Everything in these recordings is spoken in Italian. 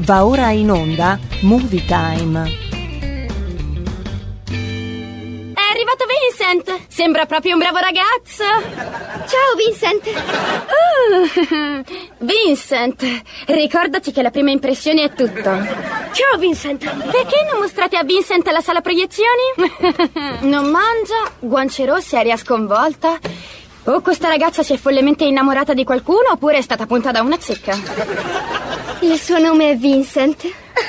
Va ora in onda Movie Time. È arrivato Vincent! Sembra proprio un bravo ragazzo! Ciao Vincent! Vincent, ricordati che la prima impressione è tutto. Ciao Vincent! Perché non mostrate a Vincent la sala proiezioni? Non mangia, guance rosse, aria sconvolta. O questa ragazza si è follemente innamorata di qualcuno oppure è stata punta da una zecca. Il suo nome è Vincent.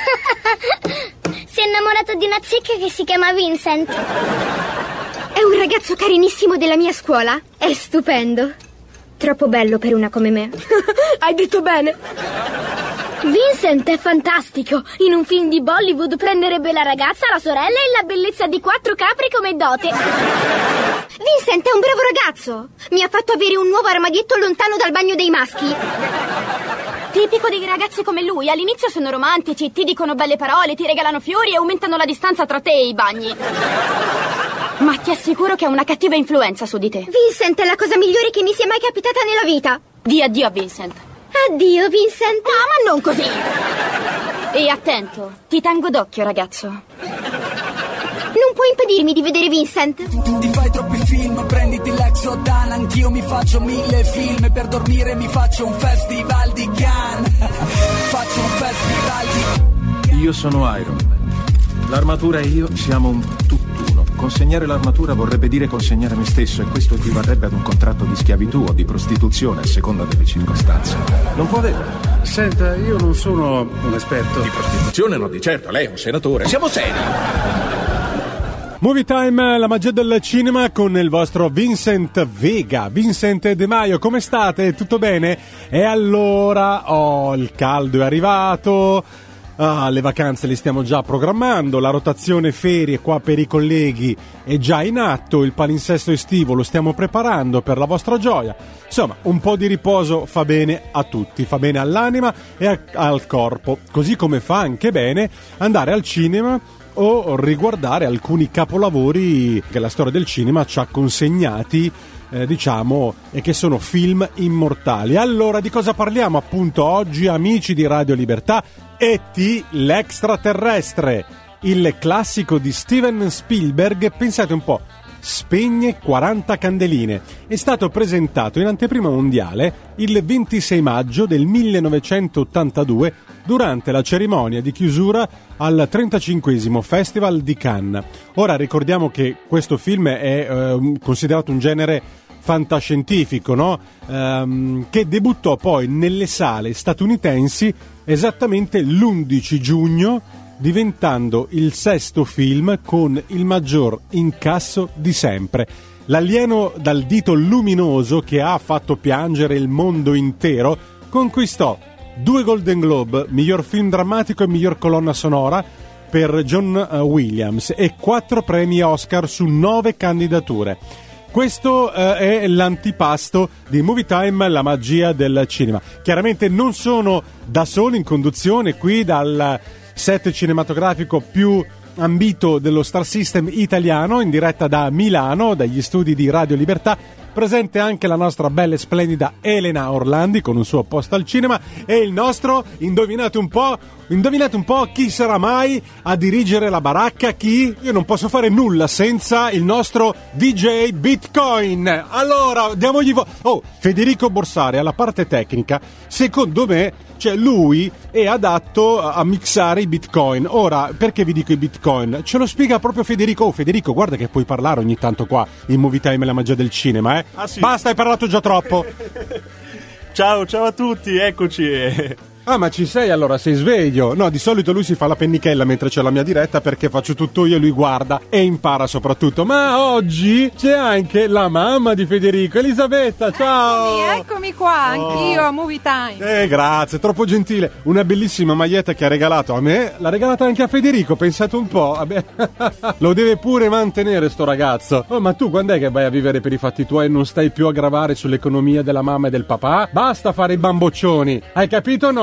Si è innamorato di una zecca che si chiama Vincent. È un ragazzo carinissimo della mia scuola. È stupendo. Troppo bello per una come me. Hai detto bene. Vincent è fantastico. In un film di Bollywood prenderebbe la ragazza, la sorella e la bellezza di 4 capri come dote. Vincent è un bravo ragazzo. Mi ha fatto avere un nuovo armadietto lontano dal bagno dei maschi. Tipico dei ragazzi come lui. All'inizio sono romantici, ti dicono belle parole, ti regalano fiori e aumentano la distanza tra te e i bagni. Ma ti assicuro che ha una cattiva influenza su di te. Vincent è la cosa migliore che mi sia mai capitata nella vita. Di addio a Vincent. Addio, Vincent. Ah, ma non così. E attento, ti tengo d'occhio, ragazzo. Non puoi impedirmi di vedere Vincent. Ti fai troppi film, prenditi l'Exodan. Anch'io mi faccio 1000 film. Per dormire mi faccio un festival di Cannes. Faccio un festival di... Io sono Iron Man. L'armatura e io siamo un tutt'uno. Consegnare l'armatura vorrebbe dire consegnare me stesso, e questo equivarrebbe ad un contratto di schiavitù o di prostituzione a seconda delle circostanze. Non può averlo. Senta, io non sono un esperto. Di prostituzione no, di certo, lei è un senatore. Siamo seri. Movie Time, la magia del cinema con il vostro Vincent Vega. Vincent De Maio, come state? Tutto bene? E allora, il caldo è arrivato. Le vacanze le stiamo già programmando, la rotazione ferie qua per i colleghi è già in atto, il palinsesto estivo lo stiamo preparando per la vostra gioia. Insomma, un po' di riposo fa bene a tutti, fa bene all'anima e al corpo, così come fa anche bene andare al cinema o riguardare alcuni capolavori che la storia del cinema ci ha consegnati, diciamo, e che sono film immortali. Allora, di cosa parliamo appunto oggi, amici di Radio Libertà? E.T. l'extraterrestre, il classico di Steven Spielberg. Pensate un po', spegne 40 candeline. È stato presentato in anteprima mondiale il 26 maggio del 1982 durante la cerimonia di chiusura al 35esimo Festival di Cannes. Ora ricordiamo che questo film è considerato un genere fantascientifico, no? Che debuttò poi nelle sale statunitensi esattamente l'11 giugno, diventando il 6º film con il maggior incasso di sempre. L'alieno dal dito luminoso che ha fatto piangere il mondo intero conquistò 2 Golden Globe, miglior film drammatico e miglior colonna sonora per John Williams, e 4 premi Oscar su 9 candidature. Questo è l'antipasto di Movie Time, la magia del cinema. Chiaramente non sono da solo in conduzione qui dal set cinematografico più ambito dello Star System italiano, in diretta da Milano, dagli studi di Radio Libertà. Presente anche la nostra bella e splendida Elena Orlandi con un suo posto al cinema, e il nostro, indovinate un po' chi sarà mai a dirigere la baracca? Chi? Io non posso fare nulla senza il nostro DJ Bitcoin. Allora, diamogli Federico Borsari alla parte tecnica. Secondo me, cioè, lui è adatto a mixare i Bitcoin. Ora, perché vi dico i Bitcoin? Ce lo spiega proprio Federico. Federico, guarda che puoi parlare ogni tanto qua in Movie Time, la magia del cinema, eh? Ah, sì. Basta, hai parlato già troppo. Ciao a tutti, eccoci. Ah, ma ci sei allora, sei sveglio? No, di solito lui si fa la pennichella mentre c'è la mia diretta, perché faccio tutto io e lui guarda e impara soprattutto. Ma oggi c'è anche la mamma di Federico, Elisabetta, ciao! Eccomi qua, anch'io a Movie Time. Grazie, troppo gentile. Una bellissima maglietta che ha regalato a me, l'ha regalata anche a Federico, pensate un po'. Vabbè. Lo deve pure mantenere sto ragazzo. Oh, ma tu quando è che vai a vivere per i fatti tuoi e non stai più a gravare sull'economia della mamma e del papà? Basta fare i bamboccioni, hai capito o no?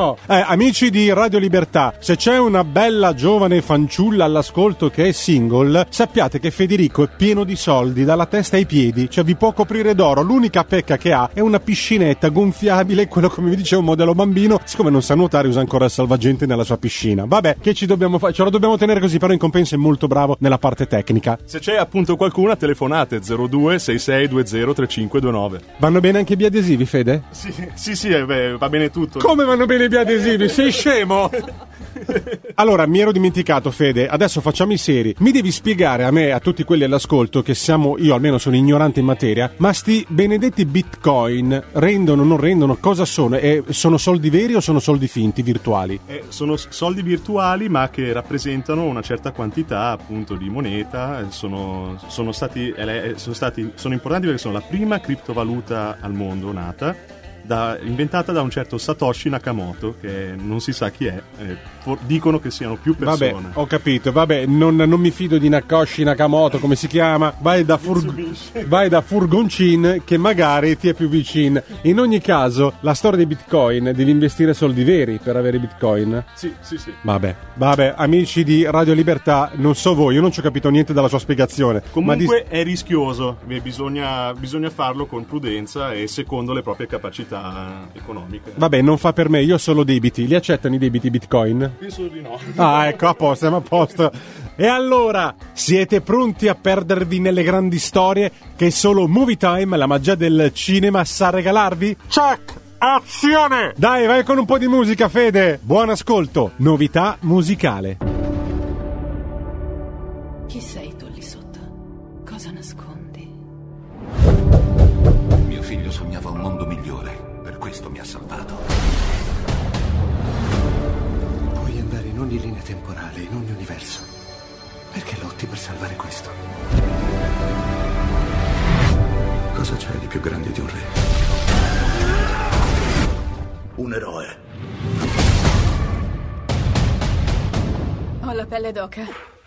no. Amici di Radio Libertà, se c'è una bella giovane fanciulla all'ascolto che è single, sappiate che Federico è pieno di soldi dalla testa ai piedi, cioè vi può coprire d'oro. L'unica pecca che ha è una piscinetta gonfiabile, quello come vi dicevo un modello bambino, siccome non sa nuotare usa ancora il salvagente nella sua piscina. Vabbè, che ci dobbiamo fare? Ce lo dobbiamo tenere così, però in compenso è molto bravo nella parte tecnica. Se c'è appunto qualcuna, telefonate 02 66 20 3529. Vanno bene anche i biadesivi, Fede? Sì, va bene tutto. Come vanno bene i biadesivi? Sei scemo? Allora, mi ero dimenticato, Fede, adesso facciamo i seri. Mi devi spiegare a me, a tutti quelli all'ascolto, che io almeno sono ignorante in materia, ma sti benedetti bitcoin rendono, non rendono, cosa sono? Sono soldi veri o sono soldi finti, virtuali? Sono soldi virtuali, ma che rappresentano una certa quantità appunto di moneta. Sono importanti perché sono la prima criptovaluta al mondo nata, inventata da un certo Satoshi Nakamoto, che non si sa chi è, dicono che siano più persone. Vabbè, ho capito, non mi fido di Nakoshi Nakamoto, come si chiama, vai da Furgoncin che magari ti è più vicino. In ogni caso, la storia dei bitcoin, devi investire soldi veri per avere bitcoin? Sì. Vabbè, amici di Radio Libertà, non so voi, io non ci ho capito niente dalla sua spiegazione. Comunque è rischioso, bisogna farlo con prudenza e secondo le proprie capacità economiche. Vabbè, non fa per me, io ho solo debiti. Li accettano i debiti bitcoin? Penso di no. Ah, ecco, a posto, siamo a posto. E allora, siete pronti a perdervi nelle grandi storie che solo Movie Time, la magia del cinema, sa regalarvi? Check! Azione! Dai, vai con un po' di musica, Fede. Buon ascolto. Novità musicale. Chi sei tu lì sotto? Cosa nascondi? Mio figlio sognava un mondo migliore. Per questo mi ha salvato. Puoi andare in ogni linea temporale, in ogni universo. Perché lotti per salvare questo? Cosa c'è di più grande di un re? Un eroe. Ho la pelle d'oca.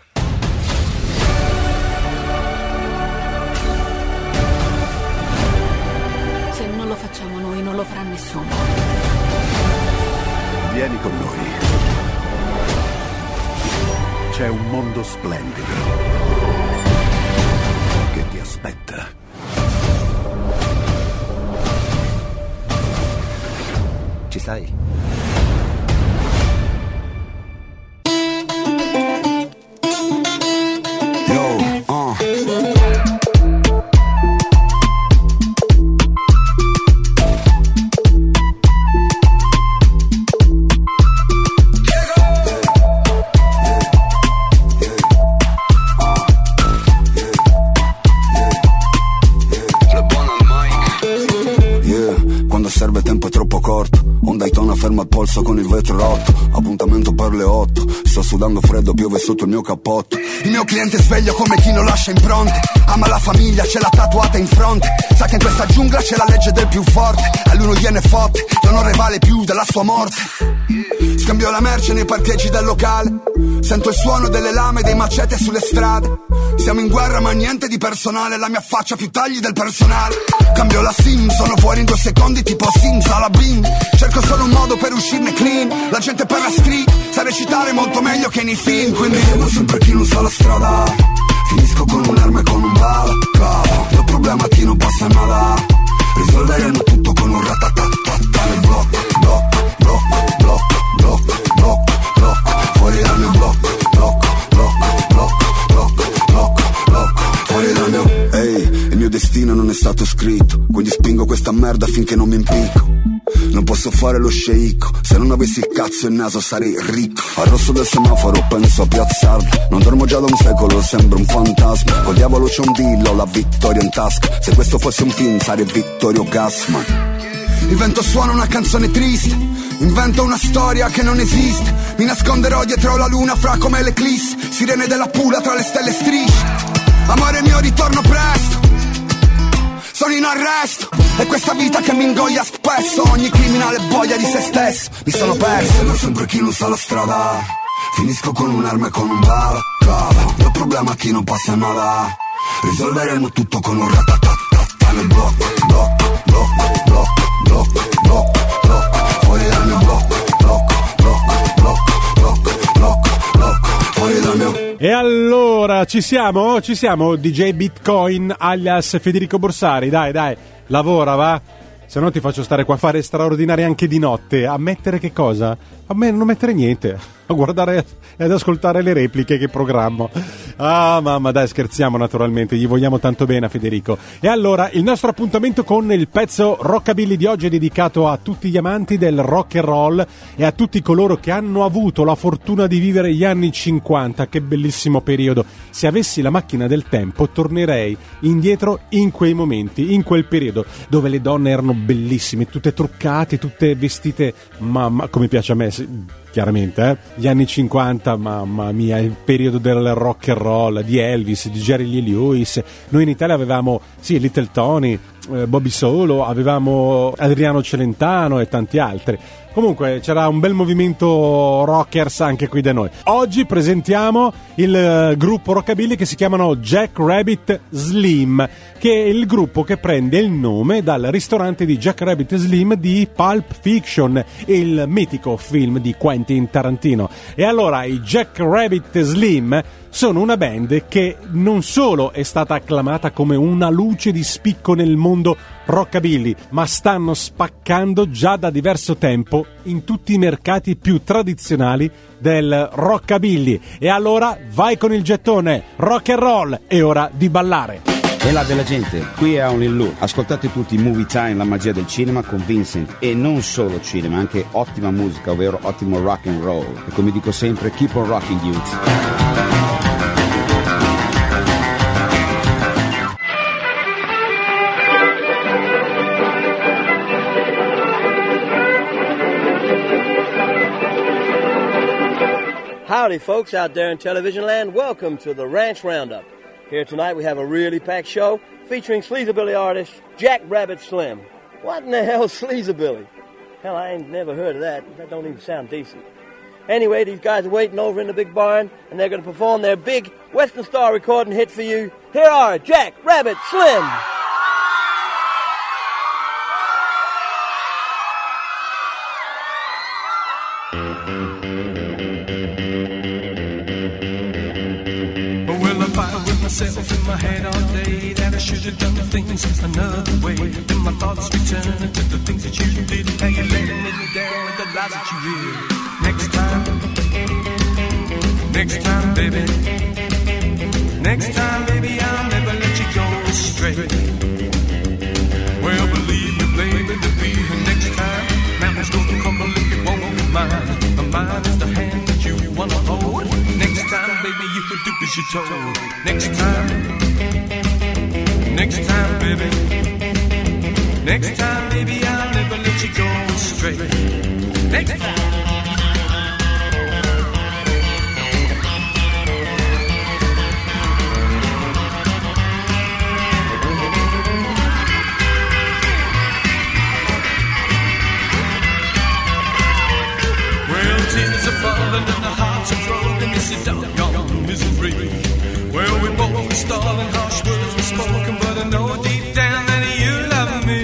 Se non lo facciamo noi, non lo farà nessuno. Vieni con noi. C'è un mondo splendido che ti aspetta. Ci stai? Serve tempo è troppo corto. Un Daytona ferma al polso con il vetro rotto. Appuntamento per le 8. Sto sudando freddo, piove sotto il mio cappotto. Il mio cliente è sveglio come chi non lascia impronte. Ama la famiglia, ce l'ha tatuata in fronte. Sa che in questa giungla c'è la legge del più forte. A lui non gliene fotte, l'onore vale più della sua morte. Scambio la merce nei parcheggi del locale. Sento il suono delle lame e dei macete sulle strade. Siamo in guerra ma niente di personale. La mia faccia più tagli del personale. Cambio la sim, sono fuori in 2 secondi tipo Sims alla Bing. Cerco solo un modo per uscirne clean. La gente parla street, sa recitare molto meglio che nei film. Quindi devo sempre chi non sa la strada. Finisco con un'arma e con un bala. Il problema chi non passa nada. Risolveremo tutto con un ratatatata. Nel blocco, blocco, blocco, blocco, blocco, blocco, blocco. Fuori dal mio blocco, blocco, blocco, blocco, blocco, blocco, blocco. Fuori dal mio... Ehi, il mio destino non è stato scritto. Quindi spingo questa merda finché non mi impicco. Non posso fare lo sceicco. Se non avessi il cazzo e il naso sarei ricco. Al rosso del semaforo penso a piazzarlo. Non dormo già da un secolo, sembro un fantasma. Col diavolo c'è un deal, ho la vittoria in tasca. Se questo fosse un film sarei Vittorio Gassman. Il vento suona una canzone triste. Invento una storia che non esiste. Mi nasconderò dietro la luna fra come l'eclisse. Sirene della Pula tra le stelle strisce. Amore mio ritorno presto. Sono in arresto. È questa vita che mi ingoia spesso. Ogni criminale voglia di se stesso. Mi sono perso. Seguo sempre chi non sa la strada. Finisco con un'arma e con un bala. Il problema chi non passa nada. Risolveremo tutto con un ratatatata. Nel blocco, blocco, blocco, blocco, blocco, blocco, blocco. Fuori dal mio blocco, blocco, Ci siamo, DJ Bitcoin alias Federico Borsari, dai, lavora, va? Se no ti faccio stare qua a fare straordinari anche di notte. A mettere che cosa? A me non mettere niente, a guardare e ad ascoltare le repliche che programmo. Ah mamma, dai, scherziamo naturalmente, gli vogliamo tanto bene a Federico. E allora il nostro appuntamento con il pezzo Rockabilly di oggi è dedicato a tutti gli amanti del rock and roll e a tutti coloro che hanno avuto la fortuna di vivere gli anni 50. Che bellissimo periodo. Se avessi la macchina del tempo tornerei indietro in quei momenti, in quel periodo dove le donne erano bellissime, tutte truccate, tutte vestite, mamma, come piace a me, chiaramente, gli anni 50, mamma mia, il periodo del rock and roll, di Elvis, di Jerry Lee Lewis. Noi in Italia avevamo, sì, Little Tony, Bobby Solo, avevamo Adriano Celentano e tanti altri. Comunque c'era un bel movimento rockers anche qui da noi. Oggi presentiamo il gruppo rockabilly che si chiamano Jack Rabbit Slim, che è il gruppo che prende il nome dal ristorante di Jack Rabbit Slim di Pulp Fiction, il mitico film di Quentin Tarantino. E allora i Jack Rabbit Slim sono una band che non solo è stata acclamata come una luce di spicco nel mondo rockabilly, ma stanno spaccando già da diverso tempo in tutti i mercati più tradizionali del rockabilly. E allora vai con il gettone, rock and roll, è ora di ballare. E là bella gente, qui è Only Lou. Ascoltate tutti Movie Time, la magia del cinema con Vincent. E non solo cinema, anche ottima musica, ovvero ottimo rock and roll. E come dico sempre, keep on rocking dudes. Howdy, folks out there in television land. Welcome to the Ranch Roundup. Here tonight we have a really packed show featuring Sleazabilly artist Jack Rabbit Slim. What in the hell's Sleazabilly? Hell, I ain't never heard of that. That don't even sound decent. Anyway, these guys are waiting over in the big barn, and they're going to perform their big Western Star recording hit for you. Here are Jack Rabbit Slim. Myself in my head all day that I should have done things another way. Then my thoughts return to the things that you did. How you letting me down with the lies that you live. Next time, baby. Next time, baby, I'll never let you go astray. Well, believe me, baby, to be here next time. Mountains gonna crumble if it won't be mine. A mine is the hand that you wanna hold. Next time, baby, you can do as you're told. Next time, baby. Next time, baby, I'll never let you go astray. Next time. Tears are falling and the hearts are broken. It's a doggone misery. Well, we both were stalling, harsh words were spoken, but I know deep down that you love me.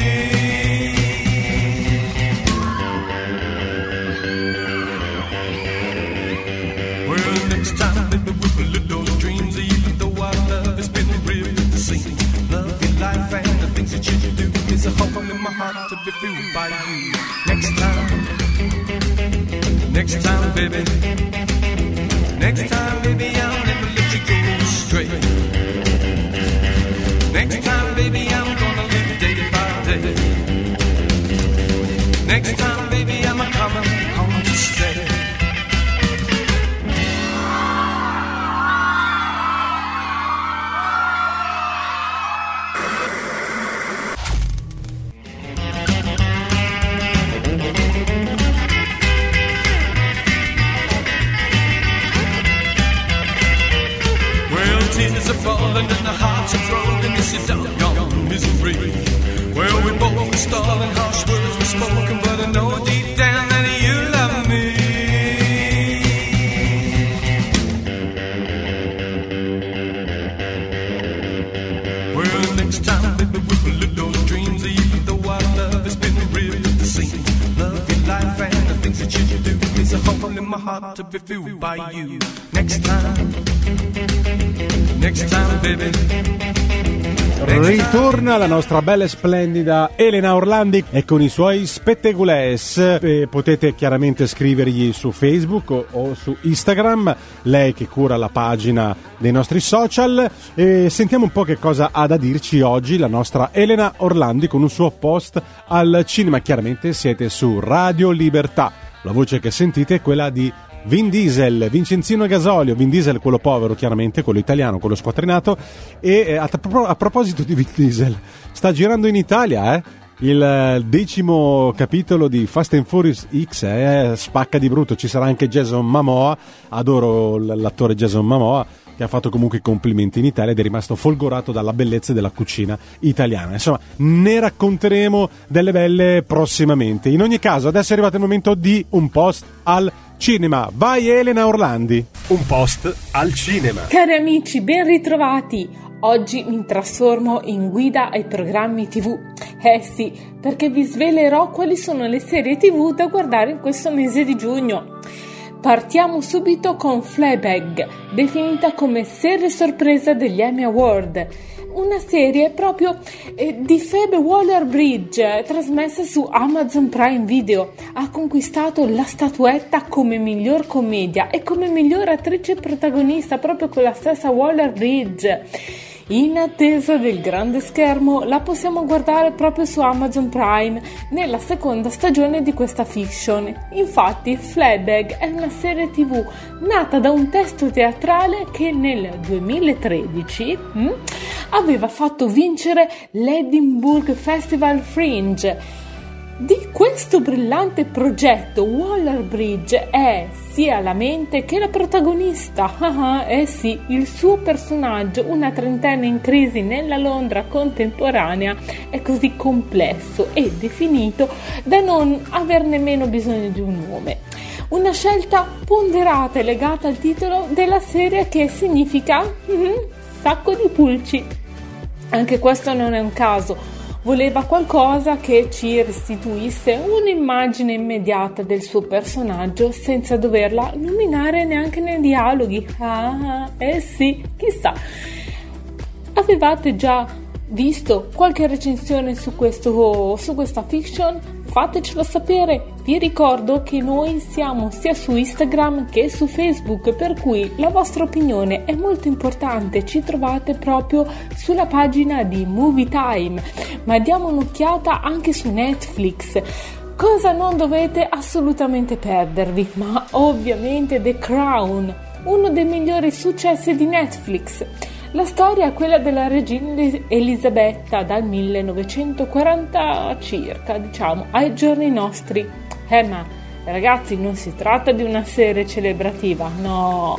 Well, next time, baby, we'll live those dreams. Even though our love has been real at the scene. Love your life and the things that you do is a hole in my heart to be filled by you. Next time. Next time, baby. Next time, baby, I'll never let you go astray. Next time, baby, I'm gonna live day by day. Next time, baby, I'm coming home to stay. Tears are falling and the hearts are broken. It's a doggone misery. Well, we both were stalling, harsh words were spoken, but I know deep down that you love me. Well, next time, baby, we will live those dreams. Even though our love has been real at the scene. Love your life and the things that you do is a hole in in my heart to be filled by you. Next time, baby. Ritorna la nostra bella e splendida Elena Orlandi e con i suoi spettaculars. Potete chiaramente scrivergli su Facebook o su Instagram, lei che cura la pagina dei nostri social. E sentiamo un po' che cosa ha da dirci oggi la nostra Elena Orlandi con un suo post al cinema. Chiaramente siete su Radio Libertà. La voce che sentite è quella di Vin Diesel, Vincenzino Gasolio. Vin Diesel, quello povero, chiaramente, quello italiano, quello squattrinato. E a proposito di Vin Diesel, sta girando in Italia, il 10° capitolo di Fast and Furious X, spacca di brutto. Ci sarà anche Jason Momoa, adoro l'attore Jason Momoa, che ha fatto comunque i complimenti in Italia ed è rimasto folgorato dalla bellezza della cucina italiana. Insomma, ne racconteremo delle belle prossimamente. In ogni caso, adesso è arrivato il momento di un post al cinema. Vai Elena Orlandi. Un post al cinema. Cari amici, ben ritrovati. Oggi mi trasformo in guida ai programmi TV. Sì, perché vi svelerò quali sono le serie TV da guardare in questo mese di giugno. Partiamo subito con Fleabag, definita come serie sorpresa degli Emmy Award. Una serie proprio di Phoebe Waller-Bridge, trasmessa su Amazon Prime Video. Ha conquistato la statuetta come miglior commedia e come miglior attrice protagonista proprio con la stessa Waller-Bridge. In attesa del grande schermo, la possiamo guardare proprio su Amazon Prime nella seconda stagione di questa fiction. Infatti, Fleabag è una serie TV nata da un testo teatrale che nel 2013 aveva fatto vincere l'Edinburgh Festival Fringe. Di questo brillante progetto Waller-Bridge è sia la mente che la protagonista. Sì, il suo personaggio, una trentenne in crisi nella Londra contemporanea, è così complesso e definito da non aver nemmeno bisogno di un nome. Una scelta ponderata e legata al titolo della serie, che significa sacco di pulci. Anche questo non è un caso. Voleva qualcosa che ci restituisse un'immagine immediata del suo personaggio senza doverla nominare neanche nei dialoghi. Sì, chissà. Avevate già visto qualche recensione su questa fiction? Fatecelo sapere. Vi ricordo che noi siamo sia su Instagram che su Facebook, per cui la vostra opinione è molto importante. Ci trovate proprio sulla pagina di Movie Time, ma diamo un'occhiata anche su Netflix. Cosa non dovete assolutamente perdervi? Ma ovviamente The Crown, uno dei migliori successi di Netflix. La storia è quella della regina Elisabetta dal 1940 circa, diciamo, ai giorni nostri. Ma ragazzi, non si tratta di una serie celebrativa, no,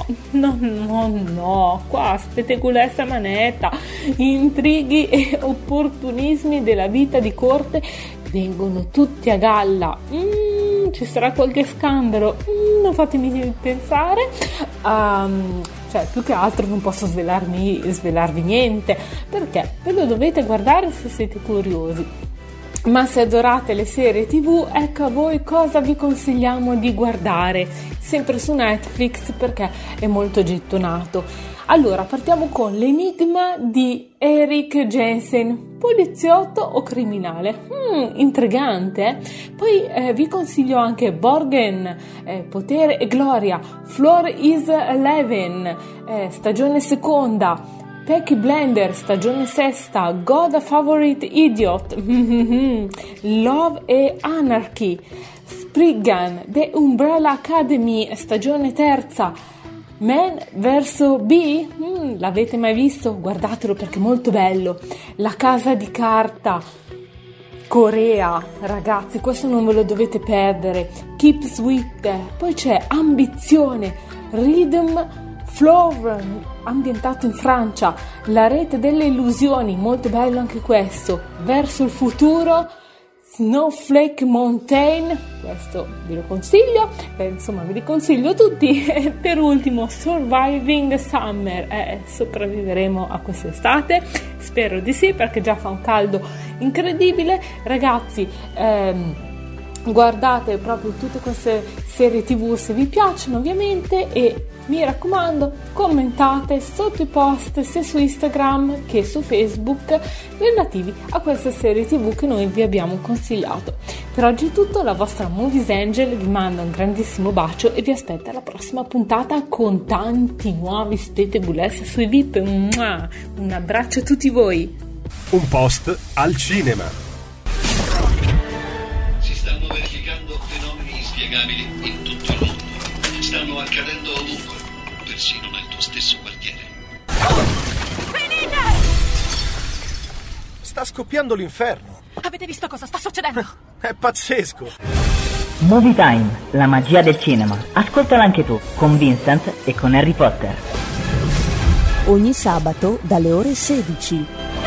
qua spettacolessa manetta, intrighi e opportunismi della vita di corte vengono tutti a galla. Ci sarà qualche scandalo? Non fatemi pensare. Più che altro non posso svelarvi niente, perché ve lo dovete guardare se siete curiosi. Ma se adorate le serie TV, ecco a voi cosa vi consigliamo di guardare, sempre su Netflix, perché è molto gettonato. Allora, partiamo con L'enigma di Eric Jensen, poliziotto o criminale? Intrigante. Poi vi consiglio anche Borgen, Potere e Gloria, Floor is 11, stagione seconda, Peaky Blinders, stagione sesta, God a Favorite Idiot, Love e Anarchy, Spriggan, The Umbrella Academy, stagione terza, Man vs. B, l'avete mai visto? Guardatelo perché è molto bello. La casa di carta, Corea, ragazzi, questo non ve lo dovete perdere. Keep Sweet, poi c'è Ambizione, Rhythm Flower, ambientato in Francia, La rete delle illusioni, molto bello anche questo. Verso il futuro, Snowflake Mountain, questo ve lo consiglio, insomma ve li consiglio tutti. E per ultimo Surviving Summer, sopravviveremo a quest'estate, spero di sì, perché già fa un caldo incredibile, ragazzi. guardate proprio tutte queste serie TV se vi piacciono, ovviamente, e mi raccomando, commentate sotto i post sia su Instagram che su Facebook relativi a queste serie TV che noi vi abbiamo consigliato. Per oggi è tutto, la vostra Movies Angel vi manda un grandissimo bacio e vi aspetta alla prossima puntata con tanti nuovi spettegulesse sui VIP. Mua! Un abbraccio a tutti voi. Un post al cinema. Si stanno verificando fenomeni inspiegabili in tutto il mondo. Stanno accadendo ovunque, persino nel tuo stesso quartiere. Venite! Sta scoppiando l'inferno. Avete visto cosa sta succedendo? È pazzesco. Movie Time, la magia del cinema. Ascoltala anche tu, con Vincent e con Harry Potter. Ogni sabato dalle ore 16.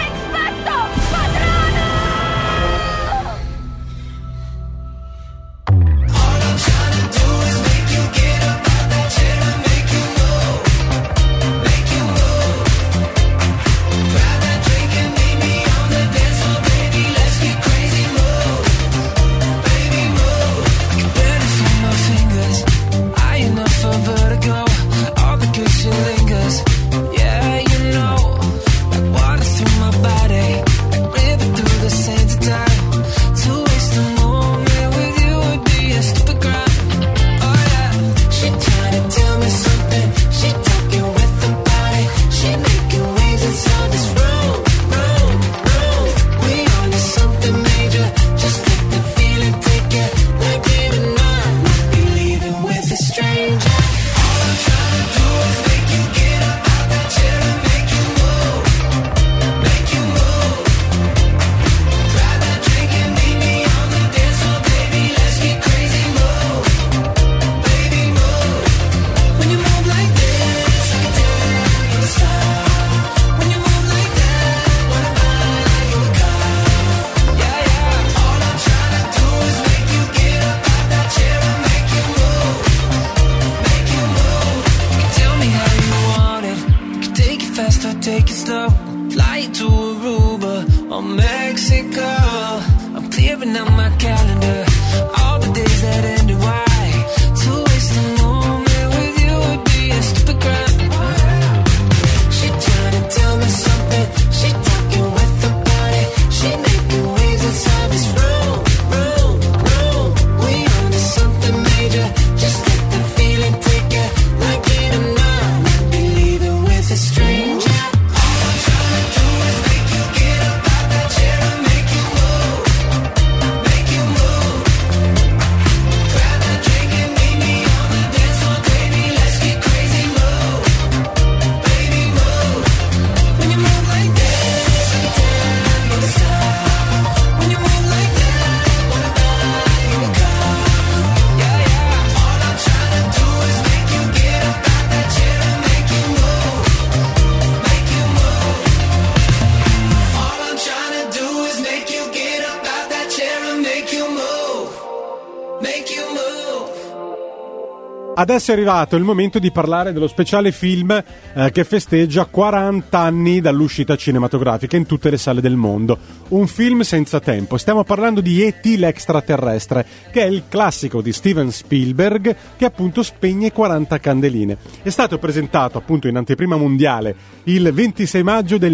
Adesso è arrivato il momento di parlare dello speciale film che festeggia 40 anni dall'uscita cinematografica in tutte le sale del mondo. Un film senza tempo. Stiamo parlando di E.T. l'extraterrestre, che è il classico di Steven Spielberg che appunto spegne 40 candeline. È stato presentato appunto in anteprima mondiale il 26 maggio del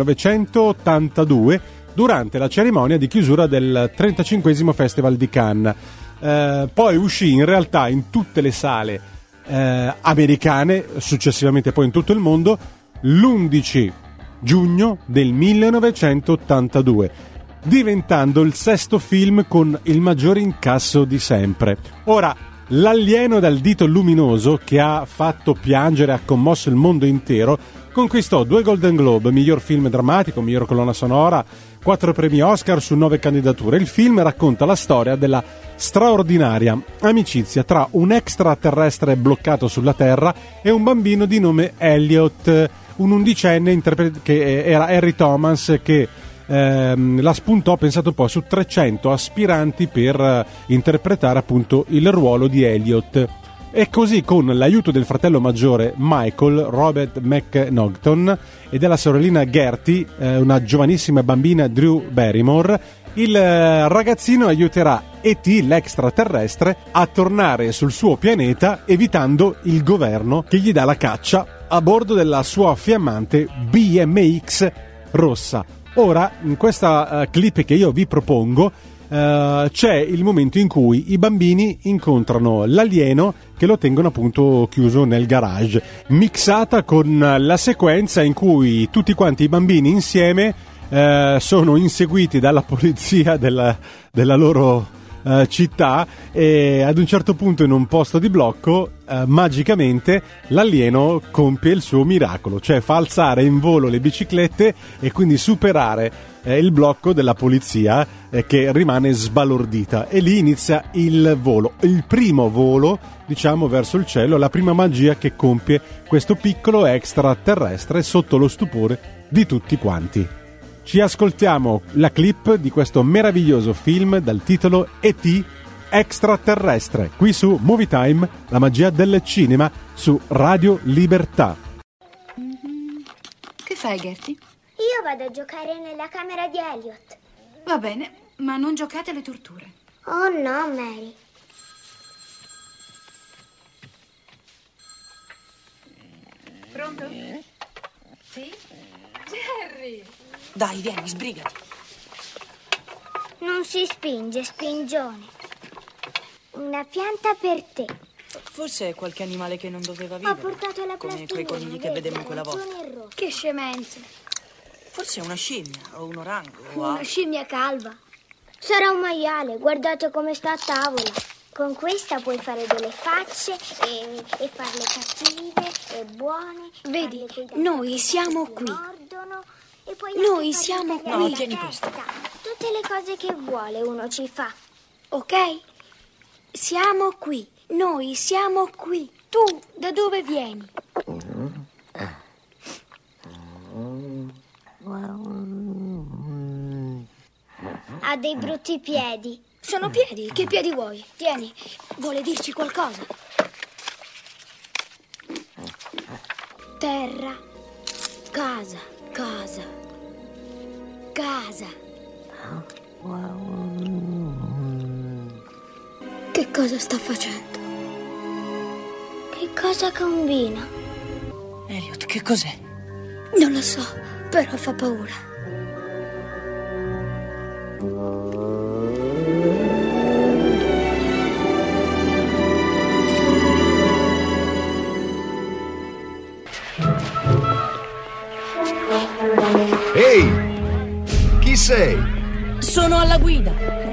1982 durante la cerimonia di chiusura del 35esimo Festival di Cannes. Poi uscì in realtà in tutte le sale americane, successivamente poi in tutto il mondo, l'11 giugno del 1982, diventando il sesto film con il maggiore incasso di sempre. Ora, l'alieno dal dito luminoso, che ha fatto piangere e ha commosso il mondo intero, conquistò 2 Golden Globe, miglior film drammatico, miglior colonna sonora, 4 premi Oscar su 9 candidature. Il film racconta la storia della straordinaria amicizia tra un extraterrestre bloccato sulla Terra e un bambino di nome Elliot, un undicenne che era Harry Thomas, che la spuntò, pensato poi, su 300 aspiranti per interpretare appunto il ruolo di Elliot. E così, con l'aiuto del fratello maggiore Michael, Robert McNaughton, e della sorellina Gertie, una giovanissima bambina Drew Barrymore, il ragazzino aiuterà E.T., l'extraterrestre, a tornare sul suo pianeta evitando il governo che gli dà la caccia a bordo della sua fiammante BMX rossa. Ora, in questa clip che io vi propongo, c'è il momento in cui i bambini incontrano l'alieno che lo tengono appunto chiuso nel garage, mixata con la sequenza in cui tutti quanti i bambini insieme sono inseguiti dalla polizia della loro città, e ad un certo punto, in un posto di blocco, magicamente l'alieno compie il suo miracolo, cioè fa alzare in volo le biciclette e quindi superare il blocco della polizia, che rimane sbalordita, e lì inizia il volo, il primo volo, diciamo, verso il cielo, la prima magia che compie questo piccolo extraterrestre sotto lo stupore di tutti quanti. Ci ascoltiamo la clip di questo meraviglioso film dal titolo E.T. extraterrestre, qui su Movie Time, la magia del cinema, su Radio Libertà. Che fai, Gertie? Io vado a giocare nella camera di Elliot. Va bene, ma non giocate alle torture. Oh no, Mary. Pronto? Sì? Jerry! Dai, vieni, sbrigati. Non si spinge, spingione. Una pianta per te. Forse è qualche animale che non doveva vivere. Ho portato la come plastilina, quei conigli che vedemmo quella volta. Che scemenze. Forse è una scimmia o un orango o Una scimmia calva. Sarà un maiale, guardate come sta a tavola. Con questa puoi fare delle facce e farle cattive e buone. Vedi, noi siamo qui. E poi Noi siamo qui. No, tieni questo. Tutte le cose che vuole uno ci fa. Ok? Siamo qui. Noi siamo qui. Tu da dove vieni? Ha dei brutti piedi. Sono piedi. Che piedi vuoi? Tieni. Vuole dirci qualcosa? Terra. Casa. Casa. Casa. Che cosa sta facendo? Che cosa combina? Elliot, che cos'è? Non lo so, però fa paura. Ehi! Chi sei? Sono alla guida.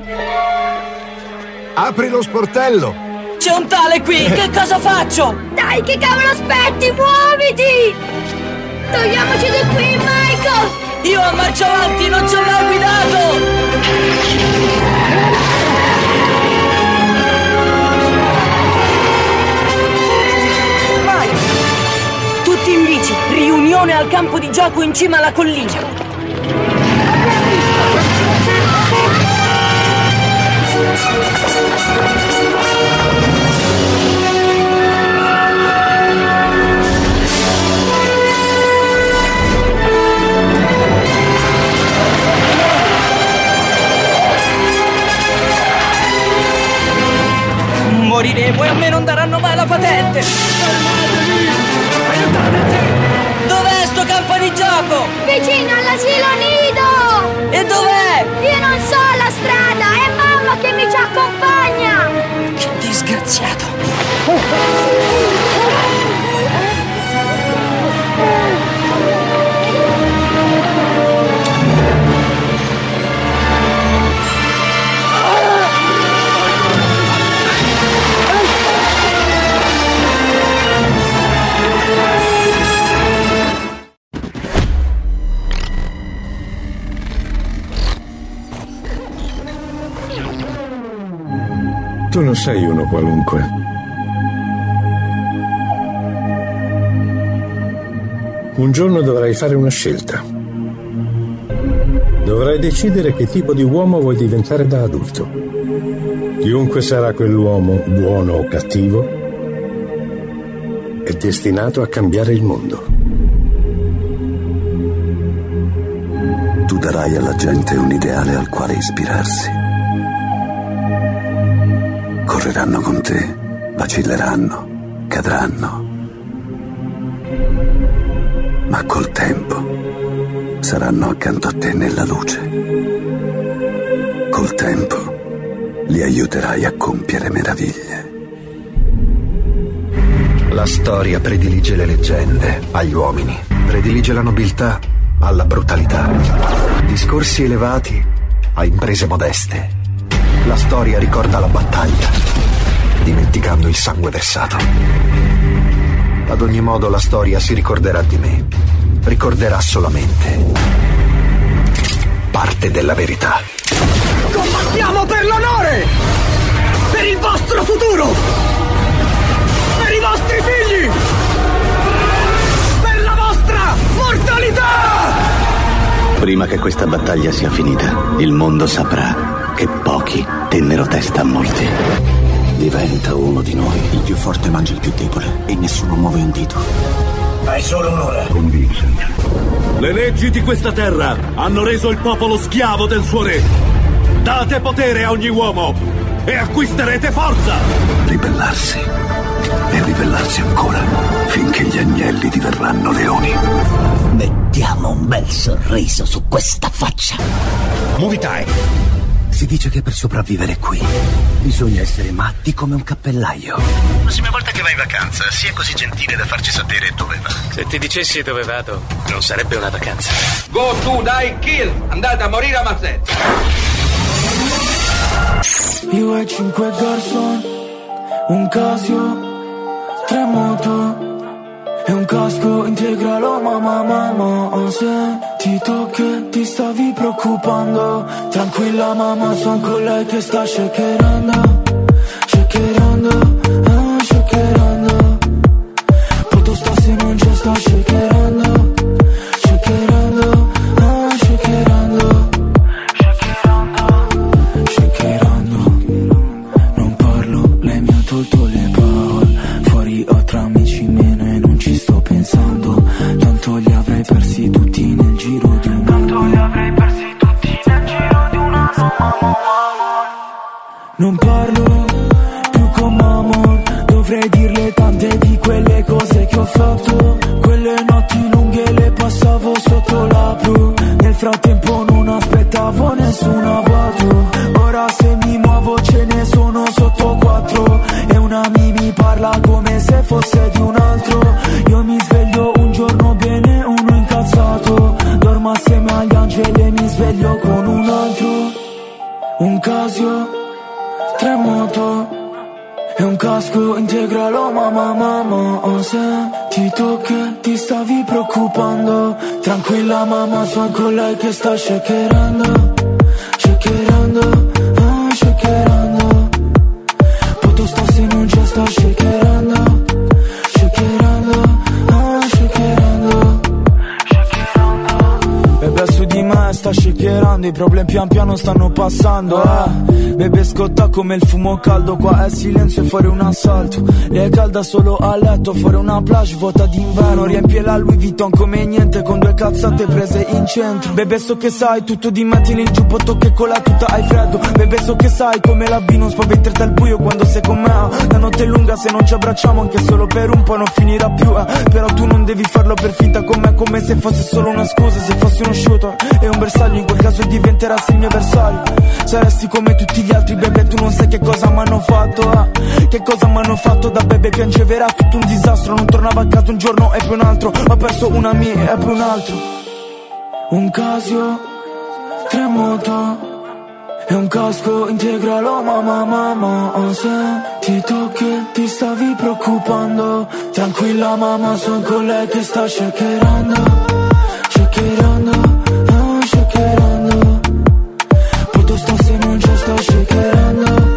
Apri lo sportello! C'è un tale qui, che cosa faccio? Dai, che cavolo aspetti? Muoviti! Togliamoci da qui, Michael! Io a marcia avanti, non ci ho mai guidato! Vai! Tutti in bici, riunione al campo di gioco in cima alla collina. Moriremo e a me non daranno mai la patente! Dov'è sto campo di gioco? Vicino all'asilo nido! E dov'è? Io non so la strada, è mamma che mi ci accompagna! Che disgraziato! Tu non sei uno qualunque. Un giorno dovrai fare una scelta. Dovrai decidere che tipo di uomo vuoi diventare da adulto. Chiunque sarà quell'uomo, buono o cattivo, è destinato a cambiare il mondo. Tu darai alla gente un ideale al quale ispirarsi. Correranno con te, vacilleranno, cadranno. Ma col tempo saranno accanto a te nella luce. Col tempo li aiuterai a compiere meraviglie. La storia predilige le leggende agli uomini, predilige la nobiltà alla brutalità, discorsi elevati a imprese modeste. La storia ricorda la battaglia, dimenticando il sangue versato. Ad ogni modo la storia si ricorderà di me, ricorderà solamente parte della verità. Combattiamo per l'onore! Per il vostro futuro! Per i vostri figli! Per la vostra mortalità! Prima che questa battaglia sia finita, il mondo saprà che pochi tennero testa a molti. Diventa uno di noi. Il più forte mangia il più debole e nessuno muove un dito. Hai solo un'ora. Con Vincent. Le leggi di questa terra hanno reso il popolo schiavo del suo re. Date potere a ogni uomo e acquisterete forza. Ribellarsi e ribellarsi ancora finché gli agnelli diverranno leoni. Mettiamo un bel sorriso su questa faccia. Movie Time. Si dice che per sopravvivere qui bisogna essere matti come un cappellaio. La prossima volta che vai in vacanza, sia così gentile da farci sapere dove va. Se ti dicessi dove vado, non sarebbe una vacanza. Go to die kill! Andate a morire a mazzette! Io e 5 garçon, un Casio, 3 moto e un casco integralo, mamma. Ho sentito che ti stavi preoccupando. Tranquilla mamma, son con lei che sta shakerando. Poto sta se non ci sta shakerando. Non parlo, lei mi ha tolto le parole. Fuori ho tra amici meno e non ci sto pensando. Tanto li avrei persi tutti nel giro di un anno. Non parlo più con Mamon. Dovrei dirle tante di quelle cose che ho fatto. Quelle notti lunghe le passavo sotto la blu. Nel frattempo non aspettavo nessuna auto. Ora se mi muovo ce ne sono sotto 4. E una mi parla come se fosse di un altro. Io mi sveglio un giorno bene, uno incazzato. Dormo assieme agli angeli e mi sveglio con un altro. Un Casio, 3 moto e un casco integralo, mamma. Ho sentito che ti stavi preoccupando. Tranquilla mamma, sono con lei che sta shakerando. Poto sta se non ci sta shakerando. Bebe su di me sta shakerando. I problemi pian piano stanno passando. Bebe scotta come il fumo caldo. Qua è silenzio e fuori un assalto. Lei è calda solo a letto. Fuori una plage vuota d'inverno. Riempie la Louis Vuitton come niente. Con 2 cazzate prese in centro. Bebe so che sai tutto di me. Tieni il giubbotto che con la tuta hai freddo. Bebe so che sai come la B non spaventerti al buio quando sei con me. La notte è lunga se non ci abbracciamo. Anche solo per un po' non finirà più. Però tu non devi farlo per finta con me. Come se fosse solo una scusa. Se fossi uno shooter e un bersaglio, in quel caso diventerassi il mio avversario. Saresti come tutti gli altri, bebe, tu non sai che cosa m'hanno fatto. Che cosa m'hanno fatto da bebe, piangeva tutto un disastro. Non tornavo a casa un giorno e poi un altro. Ho perso una mia e poi un altro. Un Casio, 3 moto e un casco integralo, mamma. Ho sentito che ti stavi preoccupando. Tranquilla mamma, son con lei che sta shakerando. Poto sta se non ci sta shakerando.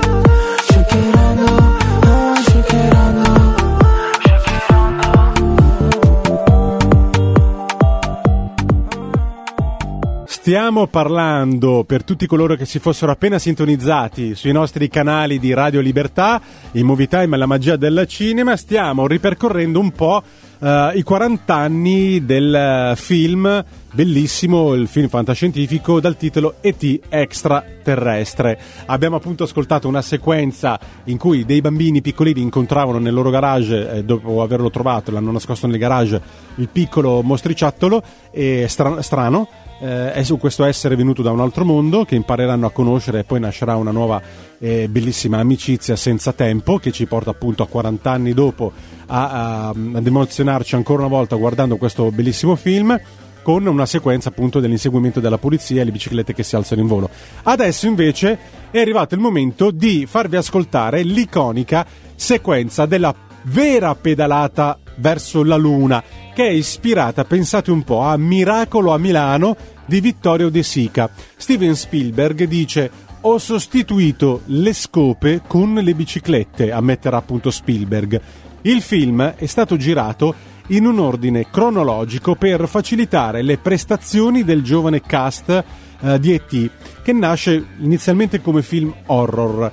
Stiamo parlando, per tutti coloro che si fossero appena sintonizzati sui nostri canali di Radio Libertà, in Movie Time, la magia del cinema, stiamo ripercorrendo un po' i 40 anni del film bellissimo, il film fantascientifico dal titolo E.T. Extraterrestre. Abbiamo appunto ascoltato una sequenza in cui dei bambini piccolini incontravano nel loro garage, dopo averlo trovato, l'hanno nascosto nel garage, il piccolo mostriciattolo strano. È su questo essere venuto da un altro mondo che impareranno a conoscere, e poi nascerà una nuova bellissima amicizia senza tempo che ci porta appunto a 40 anni dopo ad emozionarci ancora una volta guardando questo bellissimo film, con una sequenza appunto dell'inseguimento della polizia e le biciclette che si alzano in volo. Adesso invece è arrivato il momento di farvi ascoltare l'iconica sequenza della vera pedalata verso la Luna, che è ispirata, pensate un po', a Miracolo a Milano di Vittorio De Sica. Steven Spielberg dice: ho sostituito le scope con le biciclette, ammetterà appunto Spielberg. Il film è stato girato in un ordine cronologico per facilitare le prestazioni del giovane cast di E.T., che nasce inizialmente come film horror.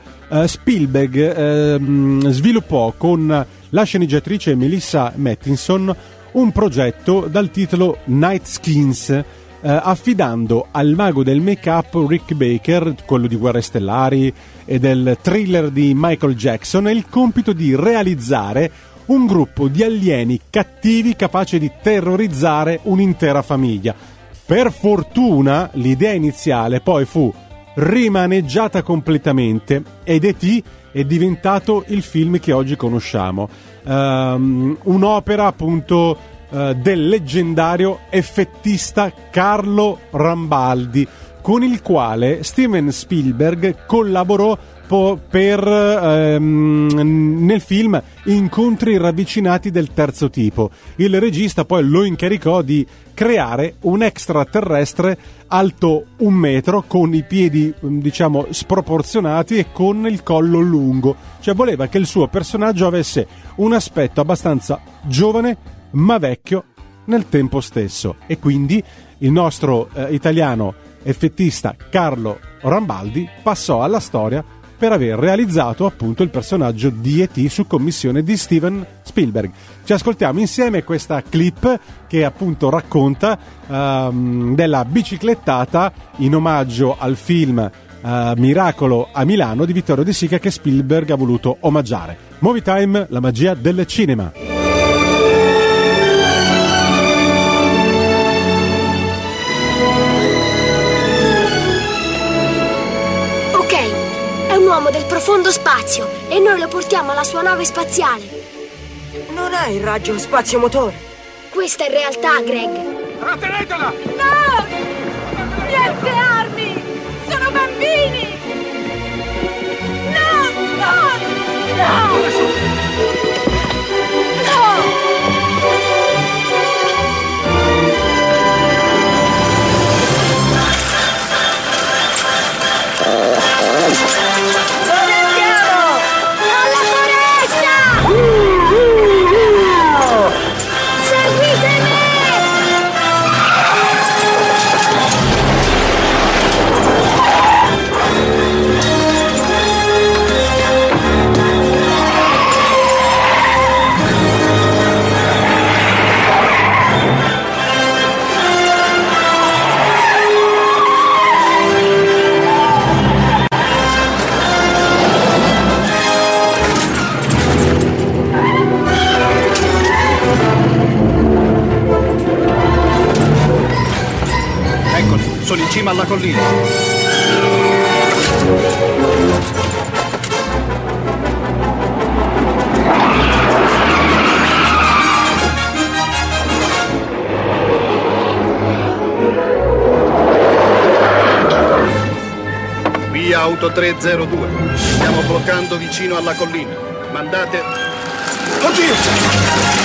Spielberg sviluppò con la sceneggiatrice Melissa Mattinson un progetto dal titolo Night Skins, affidando al mago del make-up Rick Baker, quello di Guerre Stellari e del thriller di Michael Jackson, il compito di realizzare un gruppo di alieni cattivi capace di terrorizzare un'intera famiglia. Per fortuna l'idea iniziale poi fu rimaneggiata completamente ed E.T. è diventato il film che oggi conosciamo, un'opera appunto del leggendario effettista Carlo Rambaldi, con il quale Steven Spielberg collaborò nel film Incontri ravvicinati del terzo tipo. Il regista poi lo incaricò di creare un extraterrestre alto 1 metro, con i piedi diciamo sproporzionati e con il collo lungo, cioè voleva che il suo personaggio avesse un aspetto abbastanza giovane ma vecchio nel tempo stesso, e quindi il nostro italiano effettista Carlo Rambaldi passò alla storia per aver realizzato appunto il personaggio di E.T. su commissione di Steven Spielberg. Ci ascoltiamo insieme questa clip che appunto racconta della biciclettata in omaggio al film Miracolo a Milano di Vittorio De Sica, che Spielberg ha voluto omaggiare. Movie Time, la magia del cinema. Un uomo del profondo spazio e noi lo portiamo alla sua nave spaziale. Non è il raggio spazio-motore. Questa è realtà, Greg. Trattenetela! No! Niente armi! Sono bambini! No! No! No! Sono in cima alla collina. Via Auto 302. Stiamo bloccando vicino alla collina. Mandate... Oddio!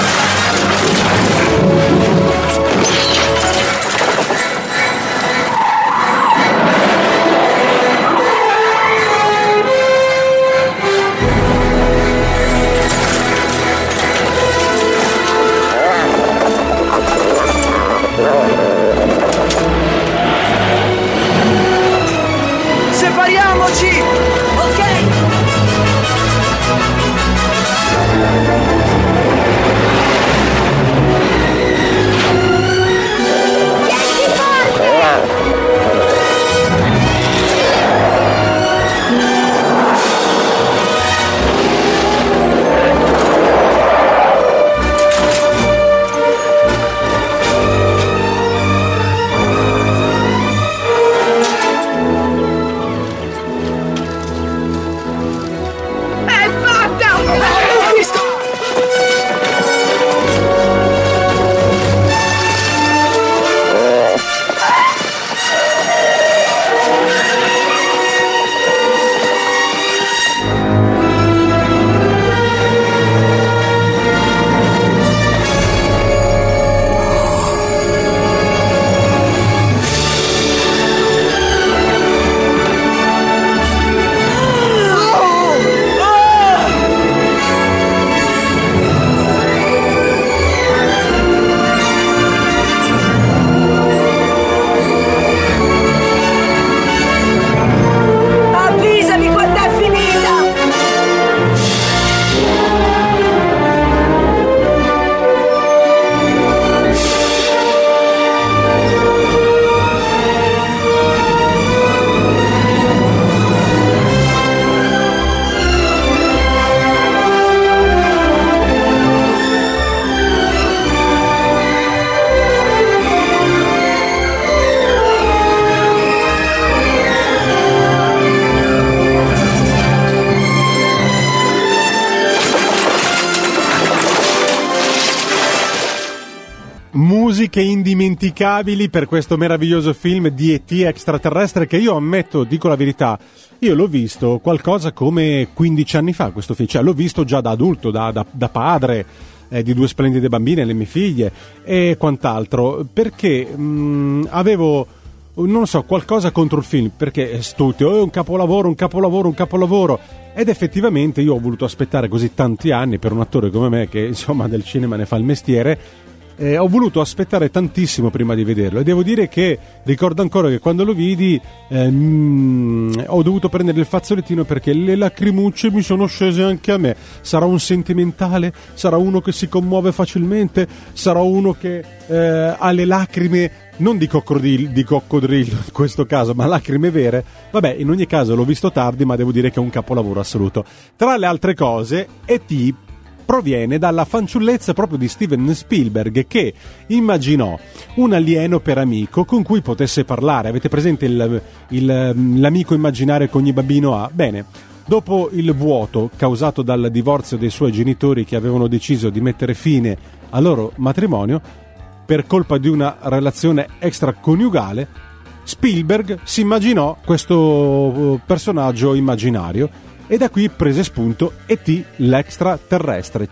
musiche indimenticabili per questo meraviglioso film di E.T. extraterrestre, che io ammetto, dico la verità, io l'ho visto qualcosa come 15 anni fa questo film, cioè l'ho visto già da adulto, da padre di 2 splendide bambine, le mie figlie e quant'altro, perché avevo, non so, qualcosa contro il film, perché tutti, è un capolavoro, ed effettivamente io ho voluto aspettare così tanti anni per un attore come me, che insomma del cinema ne fa il mestiere. Ho voluto aspettare tantissimo prima di vederlo, e devo dire che ricordo ancora che quando lo vidi ho dovuto prendere il fazzolettino, perché le lacrimucce mi sono scese anche a me. Sarà un sentimentale? Sarà uno che si commuove facilmente? Sarà uno che ha le lacrime non di coccodrillo in questo caso, ma lacrime vere? Vabbè, in ogni caso l'ho visto tardi, ma devo dire che è un capolavoro assoluto. Tra le altre cose, E.T. proviene dalla fanciullezza proprio di Steven Spielberg, che immaginò un alieno per amico con cui potesse parlare. Avete presente l'amico immaginario che ogni bambino ha? Bene, dopo il vuoto causato dal divorzio dei suoi genitori, che avevano deciso di mettere fine al loro matrimonio per colpa di una relazione extraconiugale, Spielberg si immaginò questo personaggio immaginario, e da qui prese spunto E.T. l'extraterrestre.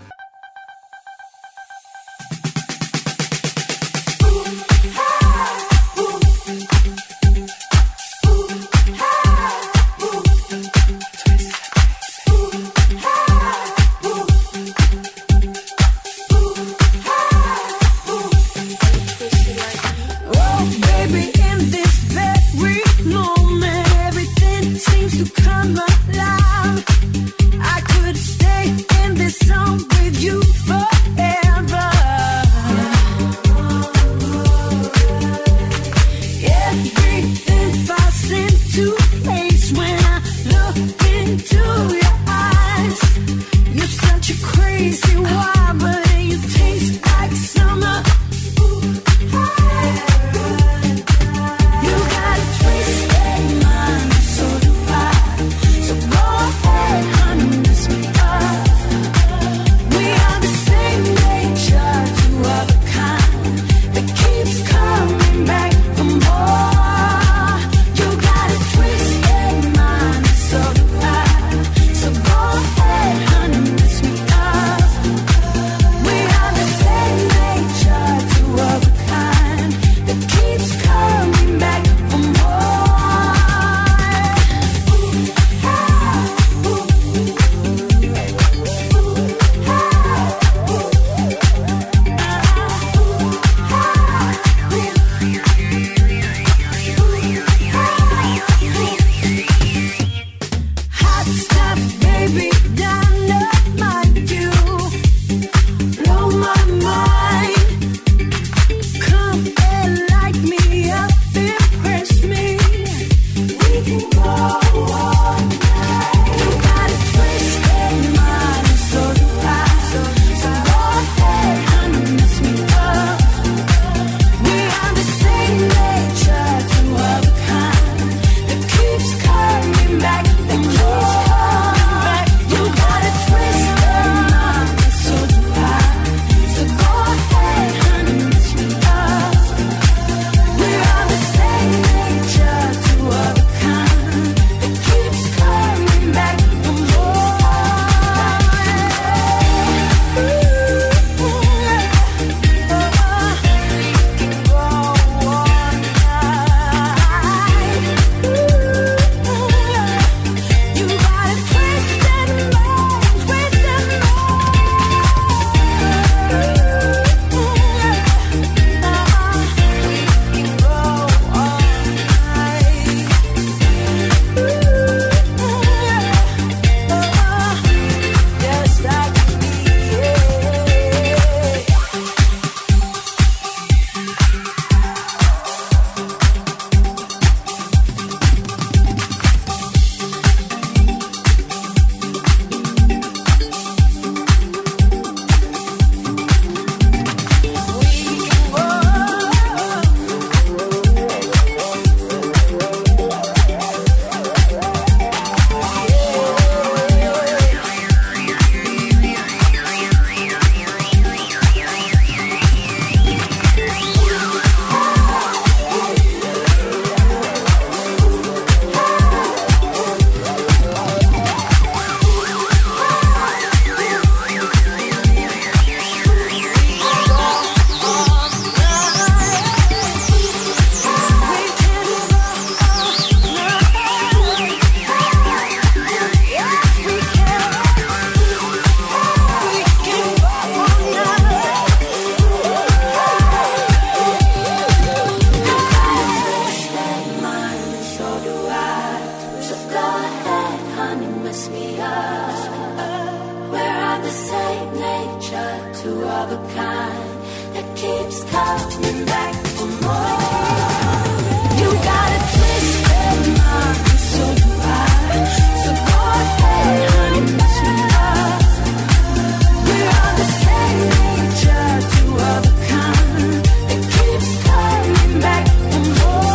of a kind that keeps coming back for more. You got a twisted mind, so do I. So go ahead, honey, mess me up. We're all the same nature, two of a kind that keeps coming back for more.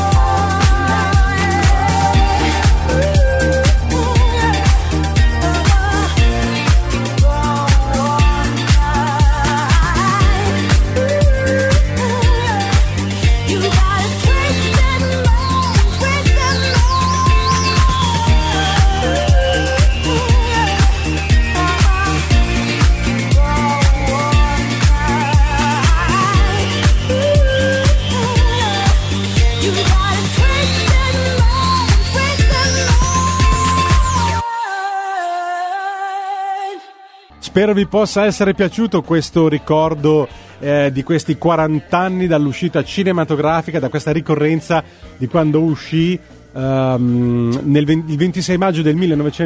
Spero vi possa essere piaciuto questo ricordo di questi 40 anni dall'uscita cinematografica, da questa ricorrenza di quando uscì il 26 maggio del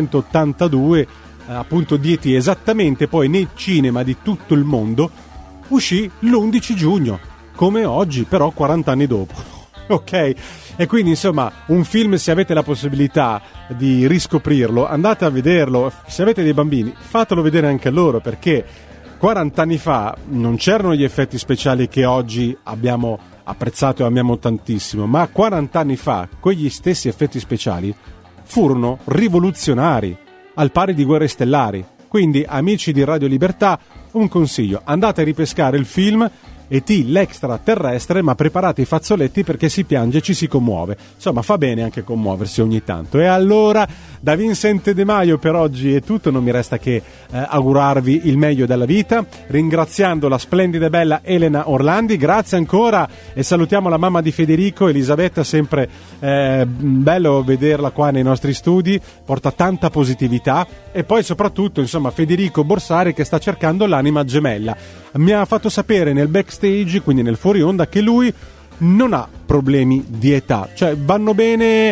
1982, appunto di E.T. Esattamente poi nei cinema di tutto il mondo uscì l'11 giugno, come oggi, però 40 anni dopo. Ok? E quindi insomma un film, se avete la possibilità di riscoprirlo, andate a vederlo. Se avete dei bambini, fatelo vedere anche a loro, perché 40 anni fa non c'erano gli effetti speciali che oggi abbiamo apprezzato e amiamo tantissimo, ma 40 anni fa quegli stessi effetti speciali furono rivoluzionari, al pari di Guerre Stellari. Quindi, amici di Radio Libertà, un consiglio: andate a ripescare il film E.T. l'extraterrestre, ma preparate i fazzoletti perché si piange e ci si commuove. Insomma, fa bene anche commuoversi ogni tanto. E allora, da Vincent De Maio per oggi è tutto. Non mi resta che augurarvi il meglio della vita, ringraziando la splendida e bella Elena Orlandi. Grazie ancora, e salutiamo la mamma di Federico, Elisabetta. Sempre bello vederla qua nei nostri studi, porta tanta positività. E poi soprattutto, insomma, Federico Borsari, che sta cercando l'anima gemella. Mi ha fatto sapere nel backstage, quindi nel fuori onda, che lui non ha problemi di età, cioè vanno bene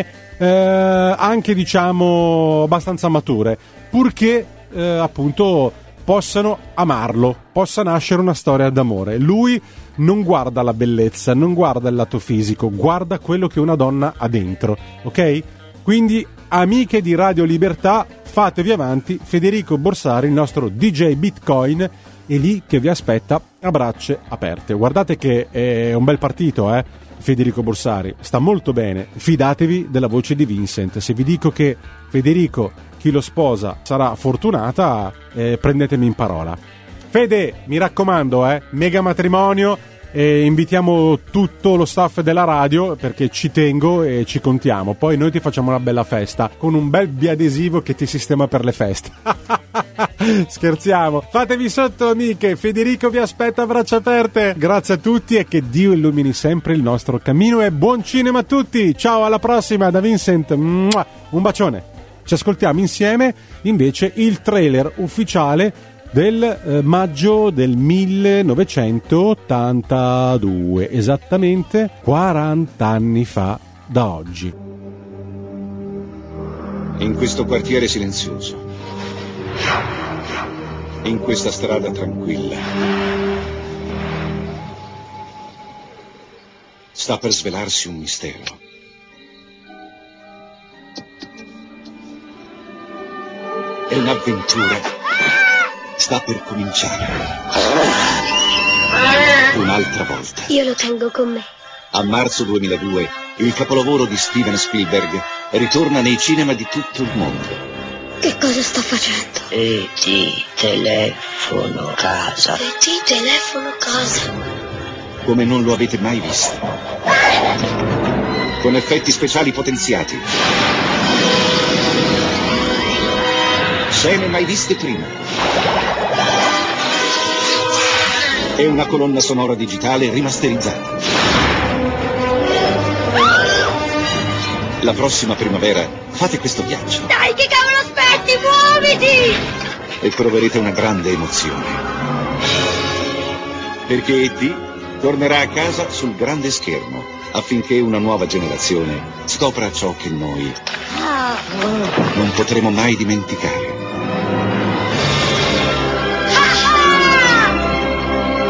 anche, diciamo, abbastanza mature, purché appunto possano amarlo, possa nascere una storia d'amore. Lui non guarda la bellezza, non guarda il lato fisico, guarda quello che una donna ha dentro, ok? Quindi, amiche di Radio Libertà, fatevi avanti. Federico Borsari, il nostro DJ Bitcoin, è lì che vi aspetta a braccia aperte. Guardate che è un bel partito, Federico Borsari sta molto bene. Fidatevi della voce di Vincent. Se vi dico che Federico, chi lo sposa, sarà fortunata, prendetemi in parola. Fede, mi raccomando, mega matrimonio. E invitiamo tutto lo staff della radio, perché ci tengo e ci contiamo. Poi noi ti facciamo una bella festa con un bel biadesivo che ti sistema per le feste. Scherziamo, fatevi sotto, amiche. Federico vi aspetta a braccia aperte. Grazie a tutti e che Dio illumini sempre il nostro cammino, e buon cinema a tutti. Ciao, alla prossima da Vincent. Un bacione. Ci ascoltiamo insieme invece il trailer ufficiale del maggio del 1982, esattamente 40 anni fa da oggi. In questo quartiere silenzioso, in questa strada tranquilla, sta per svelarsi un mistero. È un'avventura. Sta per cominciare. Un'altra volta. Io lo tengo con me. A marzo 2002, il capolavoro di Steven Spielberg ritorna nei cinema di tutto il mondo. Che cosa sta facendo? E.T. telefono casa. E.T. telefono casa. Come non lo avete mai visto. Con effetti speciali potenziati. Scene mai viste prima. E una colonna sonora digitale rimasterizzata. La prossima primavera fate questo viaggio. Dai, che cavolo aspetti, muoviti! E proverete una grande emozione. Perché E.T. tornerà a casa sul grande schermo, affinché una nuova generazione scopra ciò che noi non potremo mai dimenticare.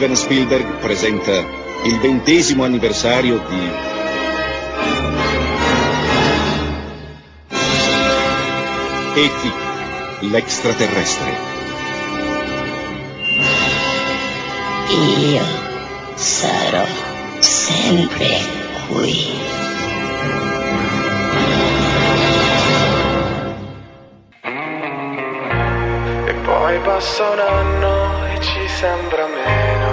Steven Spielberg presenta il 20° anniversario di E.T., l'extraterrestre. Io sarò sempre qui. E poi passa un anno e ci sembra meno.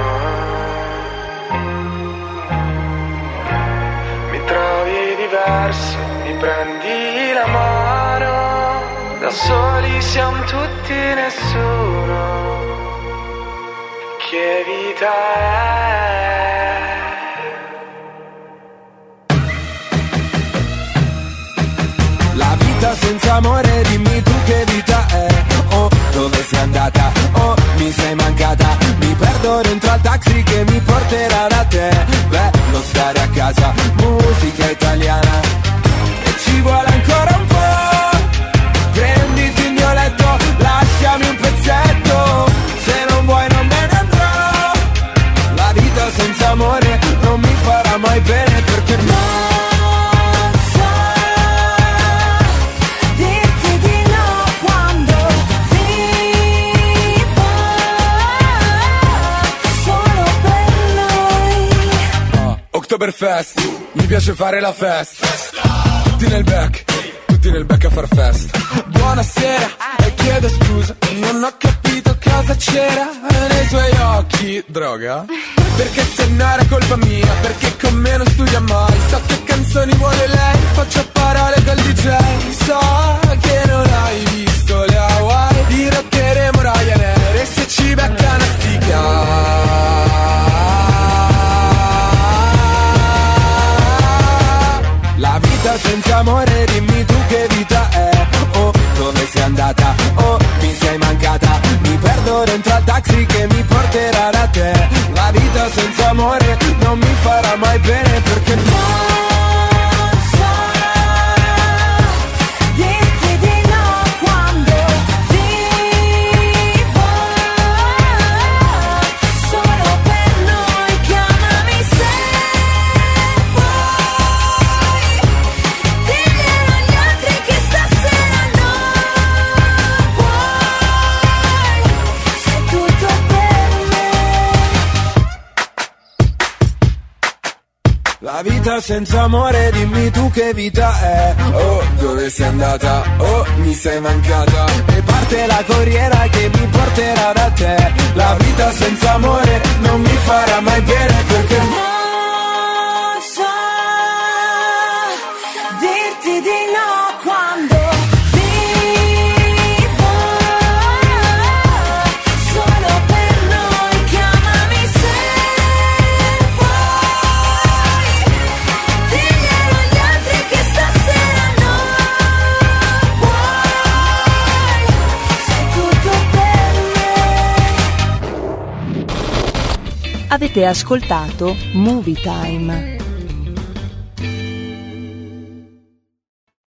Mi trovi diverso, mi prendi la mano. Da soli siamo tutti, nessuno. Che vita è? La vita senza amore, dimmi tu che vita è. Oh, dove sei andata? Oh, mi sei mancata. Mi perdo dentro al taxi che mi porterà da te. Bello stare a casa, musica italiana. E ci vuole ancora un po'. Prenditi il mio letto, lasciami un pezzetto. Se non vuoi non me ne andrò. La vita senza amore non mi farà mai bene, perché no. Oktoberfest, mi piace fare la festa. Tutti nel back a far festa. Buonasera e chiedo scusa, non ho capito cosa c'era nei suoi occhi. Droga? Perché se no era colpa mia, perché con me non studia mai. So che canzoni vuole lei, faccio parole col DJ. So che non hai visto le Hawaii, dirotteremo Ryanair e se ci becca una stica. La vita senza amore, dimmi tu che vita è. Oh, dove sei andata? Oh, mi sei mancata. Mi perdo dentro al taxi che mi porterà da te. La vita senza amore non mi farà mai bene, perché no. La vita senza amore, dimmi tu che vita è. Oh, dove sei andata? Oh, mi sei mancata. E parte la corriera che mi porterà da te. La vita senza amore non mi farà mai bene, perché non so dirti di no quando Avete ascoltato Movie Time.